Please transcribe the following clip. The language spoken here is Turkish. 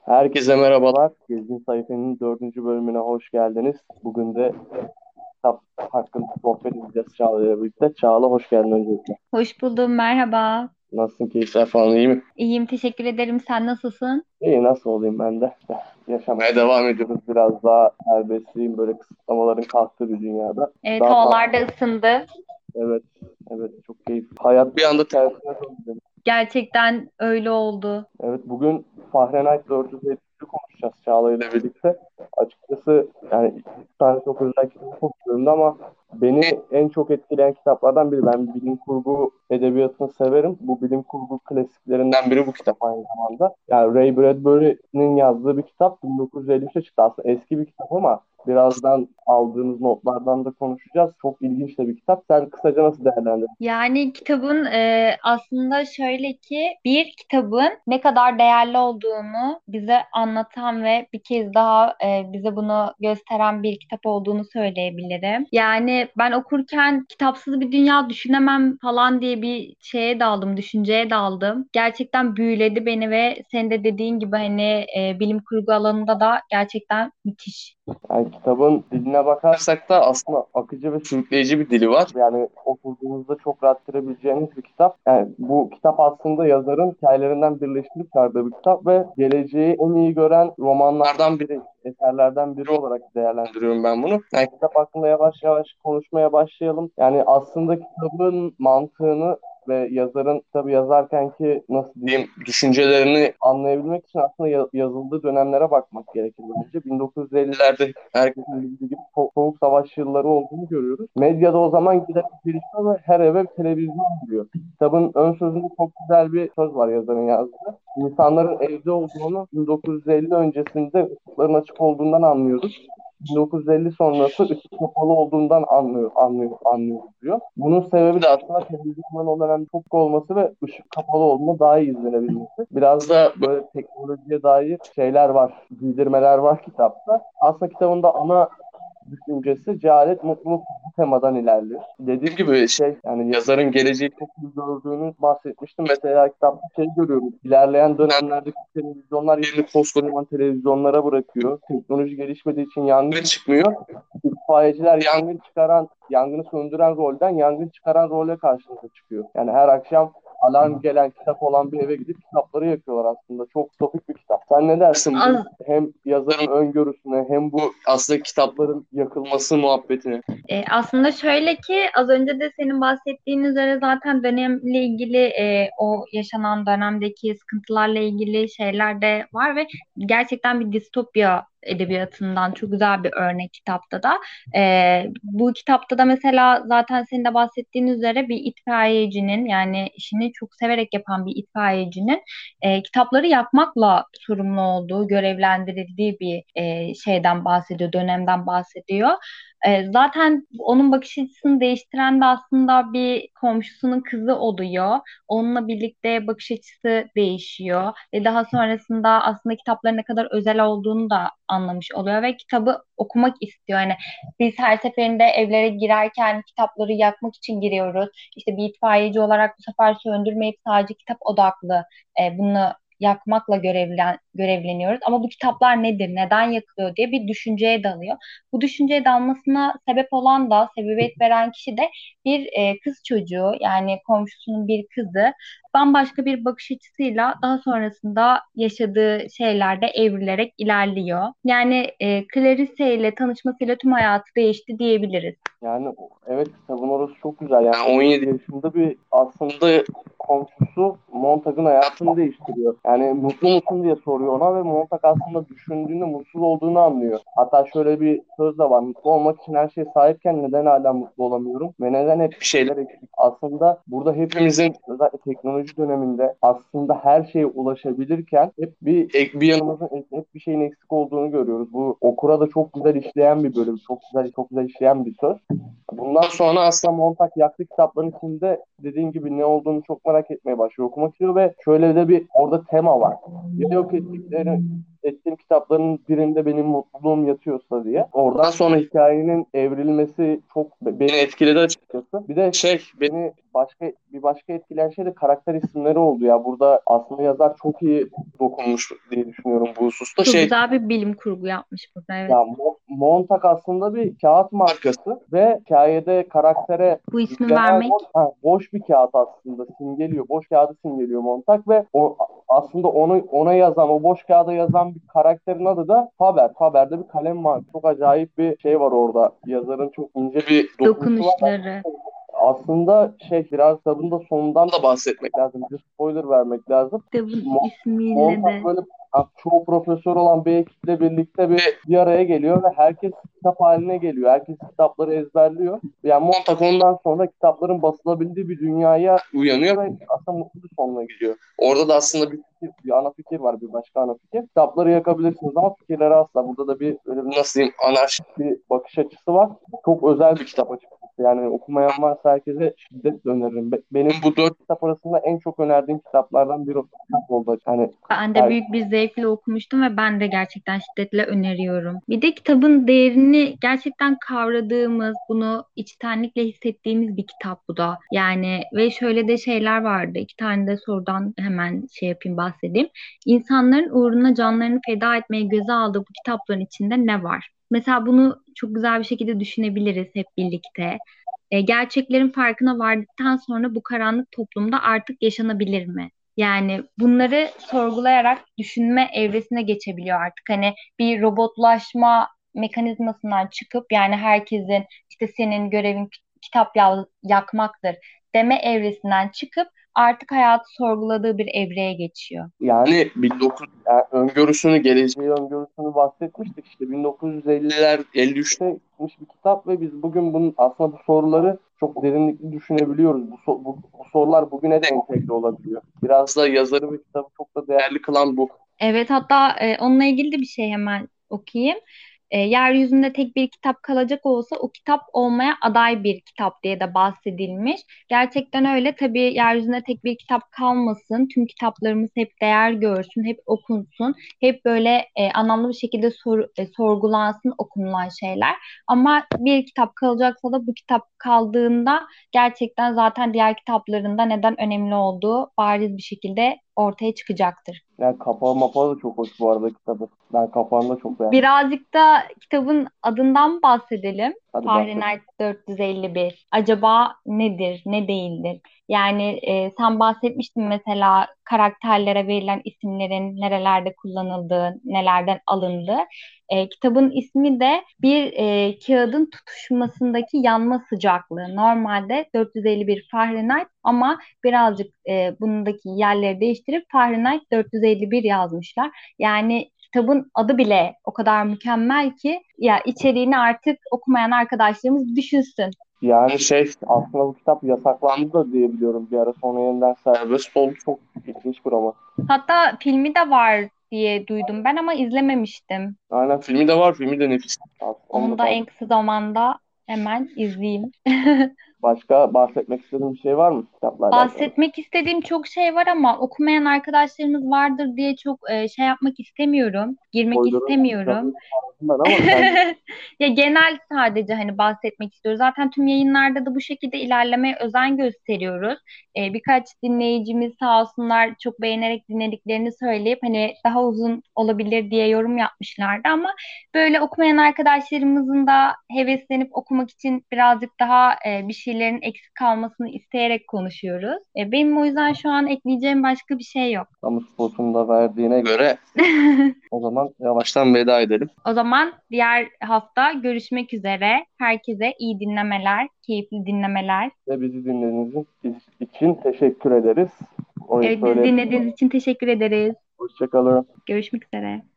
Herkese merhabalar. Gezgin Sayfası'nın dördüncü bölümüne hoş geldiniz. Bugün de kitap hakkında sohbet edeceğiz Çağla ile birlikte. Çağla hoş geldin öncelikle. Hoş buldum, merhaba. Nasılsın? Keyifler falan iyi mi? İyiyim, teşekkür ederim. Sen nasılsın? İyi nasıl olayım ben de. İşte yaşamaya devam ediyoruz. Biraz daha serbestliğin böyle kısıtlamaların kalktığı bir dünyada. Evet, Daha fazla. havalar da ısındı. Evet. Evet çok keyifli. Hayat bir anda tersine döndü. Gerçekten öyle oldu. Evet bugün Fahrenheit 451'i konuşacağız Çağla ile birlikte. Açıkçası yani iki tane çok özel kitap okuyorum ama beni en çok etkileyen kitaplardan biri. Ben bilim kurgu edebiyatını severim. Bu bilim kurgu klasiklerinden biri bu kitap aynı zamanda. Yani Ray Bradbury'nin yazdığı bir kitap 1953'te çıktı. Aslında eski bir kitap ama birazdan aldığımız notlardan da konuşacağız. Çok ilginç de bir kitap. Sen kısaca nasıl değerlendirdin? Yani kitabın aslında şöyle ki bir kitabın ne kadar değerli olduğunu bize anlatan ve bir kez daha bize bunu gösteren bir kitap olduğunu söyleyebilirim. Yani ben okurken kitapsız bir dünya düşünemem falan diye bir şeye daldım, düşünceye daldım. Gerçekten büyüledi beni ve senin de dediğin gibi hani bilim kurgu alanında da gerçekten müthiş. Yani kitabın diline bakarsak da aslında akıcı ve sürükleyici bir dili var. Yani okuduğunuzda çok rahat bitirebileceğiniz bir kitap. Yani bu kitap aslında yazarın hikayelerinden birleştirip çıkardığı bir kitap ve geleceği en iyi gören romanlardan biri, eserlerden biri olarak değerlendiriyorum ben bunu. Yani kitap hakkında yavaş yavaş konuşmaya başlayalım. Yani aslında kitabın mantığını ve yazarın kitabı yazarken ki nasıl diyeyim düşüncelerini anlayabilmek için aslında yazıldığı dönemlere bakmak gerekir bence. 1950'lerde herkesin bildiği gibi Soğuk Savaş yılları olduğunu görüyoruz. Medyada o zaman giderek gelişiyor ve her eve bir televizyon giriyor. Kitabın ön sözünde çok güzel bir söz var yazarın yazdığı. İnsanların evde olduğunu 1950 öncesinde ışıkların açık olduğundan anlıyoruz. 1950 sonrası ışık kapalı olduğundan anlıyoruz diyor. Bunun sebebi de aslında televizyonların o dönemde çok olması ve ışık kapalı olduğunda daha iyi izlenebilmesi. Biraz da böyle teknolojiye dair şeyler var, bildirmeler var kitapta. Aslında kitabın da ana düşüncesi cehalet, mutluluk bu temadan ilerliyor. Dediğim gibi yani yazarın geleceği çok iyi gördüğünü bahsetmiştim. Mesela kitapta görüyoruz. İlerleyen dönemlerdeki televizyonlar yerini koskocaman televizyonlara bırakıyor. Teknoloji gelişmediği için yangın çıkmıyor. İtfaiyeciler yangını söndüren rolden yangın çıkaran role karşımıza çıkıyor. Yani her akşam alarm gelen kitap olan bir eve gidip kitapları yakıyorlar aslında. Çok topik bir kitap. Sen ne dersin bu hem yazarın öngörüsüne hem bu aslında kitapların yakılması muhabbetine? Aslında şöyle ki az önce de senin bahsettiğin üzere zaten dönemle ilgili o yaşanan dönemdeki sıkıntılarla ilgili şeyler de var ve gerçekten bir distopya edebiyatından çok güzel bir örnek kitapta da. Bu kitapta da mesela zaten senin de bahsettiğin üzere bir itfaiyecinin yani işini çok severek yapan bir itfaiyecinin kitapları yakmakla sorumlu olduğu, görevlendirildiği bir şeyden bahsediyor, dönemden bahsediyor. Zaten onun bakış açısını değiştiren de aslında bir komşusunun kızı oluyor. Onunla birlikte bakış açısı değişiyor ve daha sonrasında aslında kitapların ne kadar özel olduğunu da anlamış oluyor ve kitabı okumak istiyor. Yani biz her seferinde evlere girerken kitapları yakmak için giriyoruz. İşte bir itfaiyeci olarak bu sefer söndürmeyip sadece kitap odaklı bunu yakmakla görevleniyoruz. Ama bu kitaplar nedir, neden yakılıyor diye bir düşünceye dalıyor. Bu düşünceye dalmasına sebep olan da, sebebiyet veren kişi de bir kız çocuğu yani komşusunun bir kızı bambaşka bir bakış açısıyla daha sonrasında yaşadığı şeylerde evrilerek ilerliyor. Yani Clarice ile tanışmasıyla tüm hayatı değişti diyebiliriz. Yani evet kitabın orası çok güzel. Yani 17 yaşında bir aslında komşusu Montag'ın hayatını değiştiriyor. Yani mutlu musun diye soruyor ona ve Montag aslında düşündüğünde mutsuz olduğunu anlıyor. Hatta şöyle bir söz de var. Mutlu olmak için her şeye sahipken neden hala mutlu olamıyorum? Ve neden hep bir şeyler eksik? Aslında burada hepimizin özellikle teknoloji döneminde aslında her şeye ulaşabilirken hep bir yanımızın hep bir şeyin eksik olduğunu görüyoruz. Bu okura da çok güzel işleyen bir bölüm. Çok güzel işleyen bir söz. Bundan sonra aslında Montag yaktığı kitapların içinde dediğim gibi ne olduğunu çok merak etmeye başlıyor. Okumak istiyor ve şöyle de bir orada tema var. Ya yok bahsettiğim kitapların birinde benim mutluluğum yatıyorsa diye. Oradan sonra hikayenin evrilmesi çok beni etkiledi açıkçası. Bir de beni başka etkileyen şey de karakter isimleri oldu ya. Burada aslında yazar çok iyi dokunmuş diye düşünüyorum bu hususta. Çok güzel bir bilim kurgu yapmış burada, evet. Ya Montag aslında bir kağıt markası ve hikayede karaktere Bu ismi yüklenen vermek boş bir kağıt aslında simgeliyor. Boş kağıdı simgeliyor Montag ve aslında ona yazan, o boş kağıda yazan bir karakterin adı da Faber. Faber'de bir kalem var. Çok acayip bir şey var orada. Yazarın çok ince bir dokunuşu var. dokunuşları. Aslında biraz kitabın da sonundan da bahsetmek lazım. Bir spoiler vermek lazım. Kitabın ismiyle Montag de. böyle çoğu profesör olan bir ekiple birlikte bir araya geliyor ve herkes kitap haline geliyor. Herkes kitapları ezberliyor. Yani Montag ondan sonra kitapların basılabildiği bir dünyaya uyanıyor ve aslında mutlu bir sonuna gidiyor. Orada da aslında bir ana fikir var, bir başka ana fikir. Kitapları yakabilirsiniz ama fikirleri asla. Burada da öyle bir nasıl diyeyim, anarşik bir bakış açısı var. Çok özel bir kitap açıkçası. Yani okumayan varsa herkese şiddetle öneririm. Benim bu 4 kitap arasında en çok önerdiğim kitaplardan biri o kitap oldu. Hani Ben de büyük bir zevkle okumuştum ve ben de gerçekten şiddetle öneriyorum. Bir de kitabın değerini gerçekten kavradığımız, bunu içtenlikle hissettiğimiz bir kitap bu da. Yani ve şöyle de şeyler vardı. İki tane de sorudan hemen bahsedeyim. İnsanların uğruna canlarını feda etmeyi göze aldığı bu kitapların içinde ne var? Mesela bunu çok güzel bir şekilde düşünebiliriz hep birlikte. Gerçeklerin farkına vardıktan sonra bu karanlık toplumda artık yaşanabilir mi? Yani bunları sorgulayarak düşünme evresine geçebiliyor artık. Hani bir robotlaşma mekanizmasından çıkıp, yani herkesin işte senin görevin kitap yakmaktır deme evresinden çıkıp artık hayatı sorguladığı bir evreye geçiyor. yani geleceği öngörüsünü bahsetmiştik. İşte 1950'ler, 53'te çıkmış bir kitap ve biz bugün bunun aslında bu soruları çok derinlikli düşünebiliyoruz. Bu sorular bugüne de entegre olabiliyor. Biraz da yazarı ve kitabı çok da değerli kılan bu. Evet, hatta onunla ilgili de bir şey hemen okuyayım. Yeryüzünde tek bir kitap kalacak olsa o kitap olmaya aday bir kitap diye de bahsedilmiş. Gerçekten öyle. Tabii yeryüzünde tek bir kitap kalmasın. Tüm kitaplarımız hep değer görsün, hep okunsun. Hep böyle anlamlı bir şekilde sorgulansın okunulan şeyler. Ama bir kitap kalacaksa da bu kitap kaldığında gerçekten zaten diğer kitaplarında neden önemli olduğu bariz bir şekilde ortaya çıkacaktır. Yani kapağı mapağı da çok hoş bu arada kitabı. Ben kapağını da çok beğendim. Birazcık da kitabın adından bahsedelim. Hadi bahset. Fahrenheit 451. Acaba nedir, ne değildir? Yani sen bahsetmiştin mesela karakterlere verilen isimlerin nerelerde kullanıldığı, nelerden alındığı. Kitabın ismi de bir kağıdın tutuşmasındaki yanma sıcaklığı. Normalde 451 Fahrenheit ama birazcık bundaki yerleri değiştirip Fahrenheit 451 yazmışlar. Yani kitabın adı bile o kadar mükemmel ki ya içeriğini artık okumayan arkadaşlarımız düşünsün. Yani aslında bu kitap yasaklandı da diyebiliyorum bir ara, sonra yeniden serbest oldu. Çok ilginç bir roman. Hatta filmi de var diye duydum ben ama izlememiştim. Aynen, filmi de var. Filmi de nefis. Onu Onu da da en kısa zamanda hemen izleyeyim. başka bahsetmek istediğin bir şey var mı kitapla alakalı? Bahsetmek istediğim çok şey var ama okumayan arkadaşlarımız vardır diye çok yapmak istemiyorum. Girmek Spoiler'ın istemiyorum. kitabının altından ama sen Ya genel sadece hani bahsetmek istiyoruz. Zaten tüm yayınlarda da bu şekilde ilerlemeye özen gösteriyoruz. Birkaç dinleyicimiz sağ olsunlar çok beğenerek dinlediklerini söyleyip hani daha uzun olabilir diye yorum yapmışlardı ama böyle okumayan arkadaşlarımızın da heveslenip okumak için birazcık daha bir şeylerin eksik kalmasını isteyerek konuşuyoruz. Benim o yüzden şu an ekleyeceğim başka bir şey yok. kamu spotunu da verdiğine göre o zaman yavaştan veda edelim. O zaman diğer hafta görüşmek üzere. Herkese iyi dinlemeler, keyifli dinlemeler. Ve bizi dinlediğiniz için teşekkür ederiz. Orayı Evet, bizi söyleyelim. dinlediğiniz için teşekkür ederiz. Hoşçakalın. Görüşmek üzere.